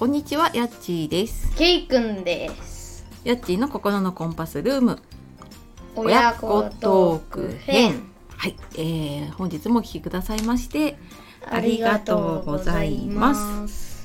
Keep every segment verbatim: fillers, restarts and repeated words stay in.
こんにちは、やっちーです。 ケイくんです。 やっちーの心のコンパスルーム親子トーク編。 はい、えー、本日もお聞きくださいましてありがとうございます。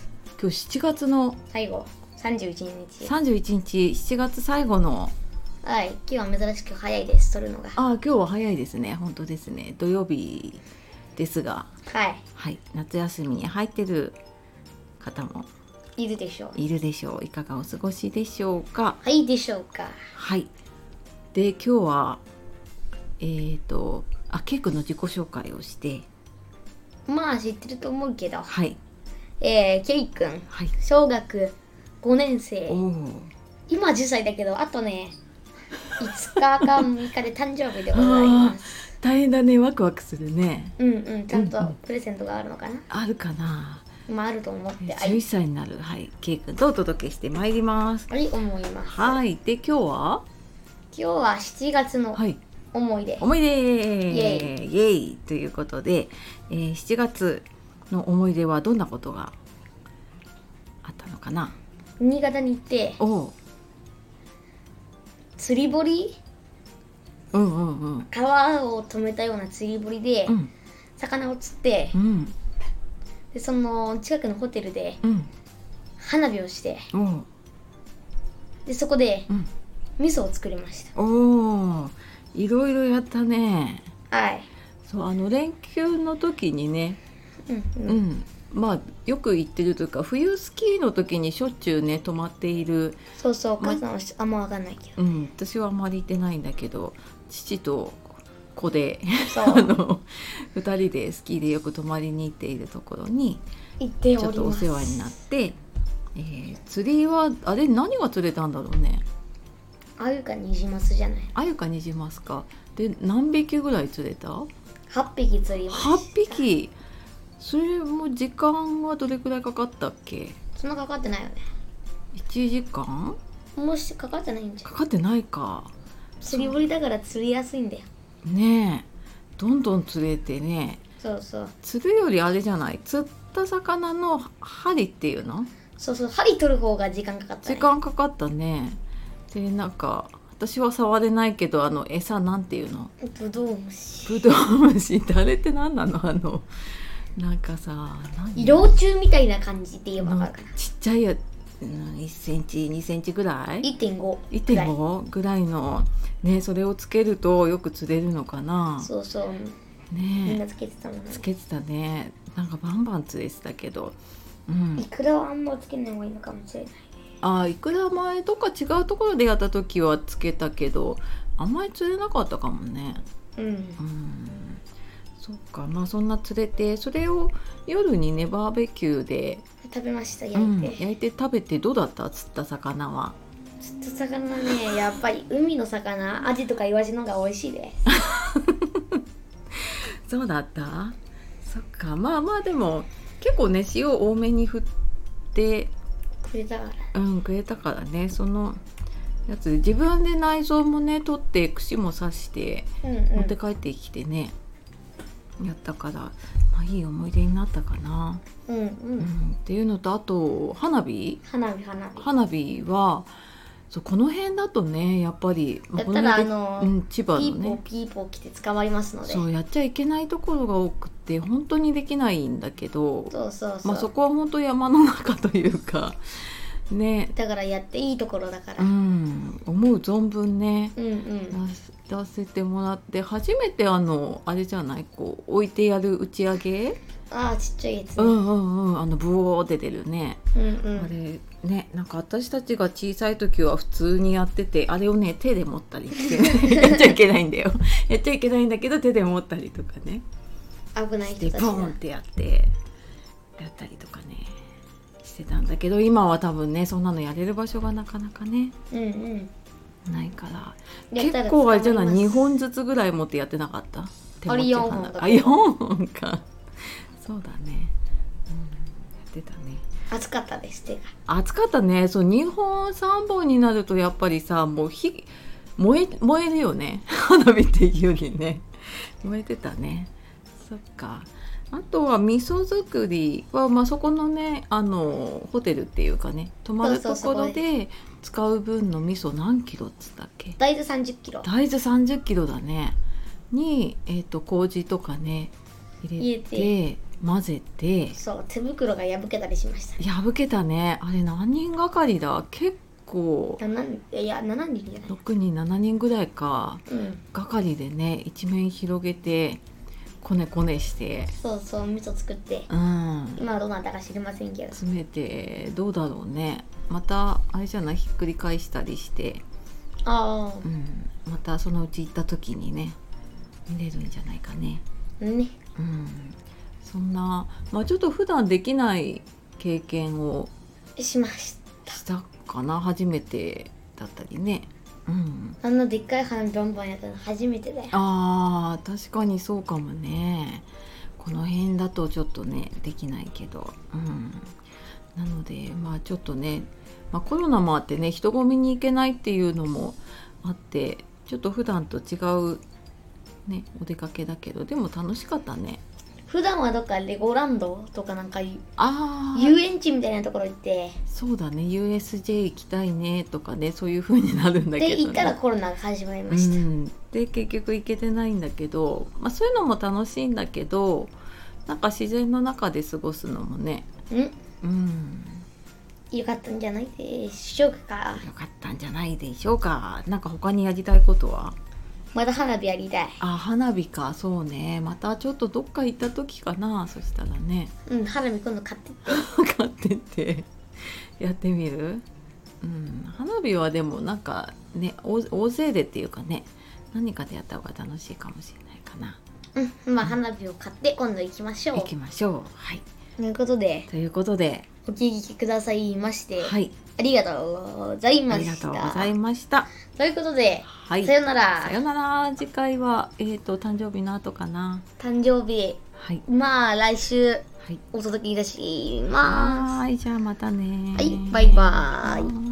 今日しちがつの最後さんじゅういちにちさんじゅういちにち、しちがつ最後の、 はい、今日は珍しく早いです、撮るのが。 あ、今日は早いですね。本当ですね。土曜日ですが、 はい、 はい、夏休みに入ってる方もいるでしょう。 いるでしょう。いかがお過ごしでしょうか。 はい、でしょうか。 はい。で、今日はえーとあ、ケイ君の自己紹介をして、 まあ知ってると思うけど、 はい、 えー、ケイくん、 はい、 小学ごねん生。 おー、 今じゅっさいだけど、あとねいつかかむいかで誕生日でございます。 大変だね。ワクワクするね。 うんうん、ちゃんとうんうんプレゼントがあるのかな、 あるかな。 まああると思って、 じゅういっさいになる、はい、ケイ君とお届けしてまいります。 はい思います。 はい。で、今日は今日はしちがつのはい、 思い出、 思い出イエエーイということで、えー、しちがつの思い出はどんなことがあったのかな。 新潟に行っておう、 釣り堀、 うんうんうん、 川を止めたような釣り堀でうん魚を釣って、 うん、 でその近くのホテルでうん、 花火をして、 おう、 でそこでうん、 味噌を作りましおー、いろいろやったね。 た。はい、 そう、あの連休の時にね、 うんう、 うんん、まあよく行ってるというか、冬スキーの時にしょっちゅうね泊まっている、 そうそう、 ま母さんはあんま分かんないけど、 うん、私はあまり行ってないんだけど、父と子でそうあのふたりでスキーでよく泊まりに行っているところに行っております。 ちょっとお世話になって、えー、釣りはあれ何が釣れたんだろうね。 あゆかニジマスじゃない、 あゆかニジマスか。で、何匹ぐらい釣れた？ はっぴき釣りました。 はっぴき。それも時間はどれくらいかかったっけ？ そんなかかってないよね。 いちじかんもしかかってないんじゃん。 かかってないか。 釣り堀だから釣りやすいんだよ。 ねえ、どんどん釣れてね。 そうそう、 釣るよりあれじゃない、釣った魚の針っていうの？ そうそう、針取る方が時間かかったね。 時間かかったね。で、なんか私は触れないけど、あの餌なんていうの？ ブドウ虫。 ブドウ虫。あれって何なの？あのなんかさ、何？ 幼虫みたいな感じって言えば分かるかな。 ちっちゃいや、いっセンチにセンチぐらい、 いってんごいってんご ぐらいのね、それをつけるとよく釣れるのかな。 そうそう、みんねなつけてたもんね。 つけてたね。なんかバンバン釣れてたけど、うん、 いくらはあんまつけない方がいいのかもしれない。 あ、いくら前とか違うところでやった時はつけたけど、あんまり釣れなかったかもね。 うん、 うん、そっか。まあそんな釣れて、それを夜にねバーベキューで食べました、焼うん、 いて、 焼いて食べて。どうだった？釣った魚は。 釣った魚ね、やっぱり海の魚、アジとかイワシの方が美味しいですそうだった？そっか。まあまあでも結構ね塩多めに振ってくれたから、 うんくれたからね。そのやつ自分で内臓もね取って串も刺してうんうん、 持って帰ってきてね、やったから、まあいい思い出になったかな。 うんうん、 うん、っていうのと、あと花火花火花火花火はそう、この辺だとねやっぱり、まやったら、 この辺あの、 うん、千葉ピーポーのね、 ピーポー来て捕まりますので、 そうやっちゃいけないところが多くて本当にできないんだけど、 そうそうそう、 まあ、そこは本当山の中というかね、 だからやっていいところだから、 ううんん、思う存分ねうん、 出せてもらって、初めてあのあれじゃない、こう置いてやる打ち上げ、 ああちっちゃいやつね、 うんうんうん、あのブオーって出るね、 うんうん、 あれね、なんか私たちが小さい時は普通にやってて、あれをね手で持ったりしてやっちゃいけないんだよやっちゃいけないんだけど手で持ったりとかね危ないで人たちだ。 ポーンってやってやったりとかねしてたんだけど、今は多分ねそんなのやれる場所がなかなかねうんうん、 ないから、 やったら結構あれじゃない、 捕まります。 にほんずつぐらい持ってやってなかった？手持ちあれよんほんだあ、よんほんかそうだね、うん、やってたね。 暑かったです手が。 暑かったね。そう、にほんさんぼんになるとやっぱりさ、もう火燃え燃えるよね花火っていうよりね燃えてたね。そっか。 あとは味噌作りは、まあ、そこのねあのホテルっていうかね泊まるところで使う分の味噌何キロっつったっけ。 大豆さんじゅっキロ。 大豆さんじゅっキロだね。に、えー、と麹とかね入れて入れて混ぜて。 そう手袋が破けたりしました。 破けたね。あれ何人がかりだ。結構なないやななにんじゃない。 ろくにんななにんぐらいか、 うん、 がかりでね一面広げてこねこねして、 そうそう味噌作って、 うん、 今はどうなったか知りませんけど、 詰めてどうだろうね。またあれじゃない、ひっくり返したりして、 あうん、またそのうち行った時にね見れるんじゃないかね。 あね、 うん、そんな、まあ、ちょっと普段できない経験をしました。 したかな。初めてだったりね。うん、 あんなでっかい花火バンバンやったの初めてだよ。 あー確かにそうかもね。この辺だとちょっとねできないけど、うん、なのでまあちょっとね、まあ、コロナもあってね人混みに行けないっていうのもあってちょっと普段と違うねお出かけだけど、でも楽しかったね。 普段はどっかレゴランドとかなんかあ遊園地みたいなところ行って、 そうだね ユーエスジェー 行きたいねとかね、そういう風になるんだけど、ね、 で行ったらコロナが始まりました、 うん、で結局行けてないんだけど、まあ、そういうのも楽しいんだけど、なんか自然の中で過ごすのもね、 うんうん、 よかったんじゃないでしょうか。 よかったんじゃないでしょうか。なんか他にやりたいことは。 まだ花火やりたい。 あ、花火か。そうね、またちょっとどっか行った時かな。そしたらねうん、花火今度買ってって買ってってやってみる。うん、花火はでもなんかね大大勢でっていうかね、何かでやった方が楽しいかもしれないかな。 うん、まあ花火を買って今度行きましょう。 行きましょう。はい。 ということでということで、 お聞きくださいまして、 はい、 ありがとうございまありした。 がとうございました。 ということで、 はい、 さよなら。 さよなら。次回はえっ、と誕生日の後かな。 誕生日、 はい。 まあ来週はい。 お届けいたします。 はい、じゃあまたね。 はい、バイバーイ。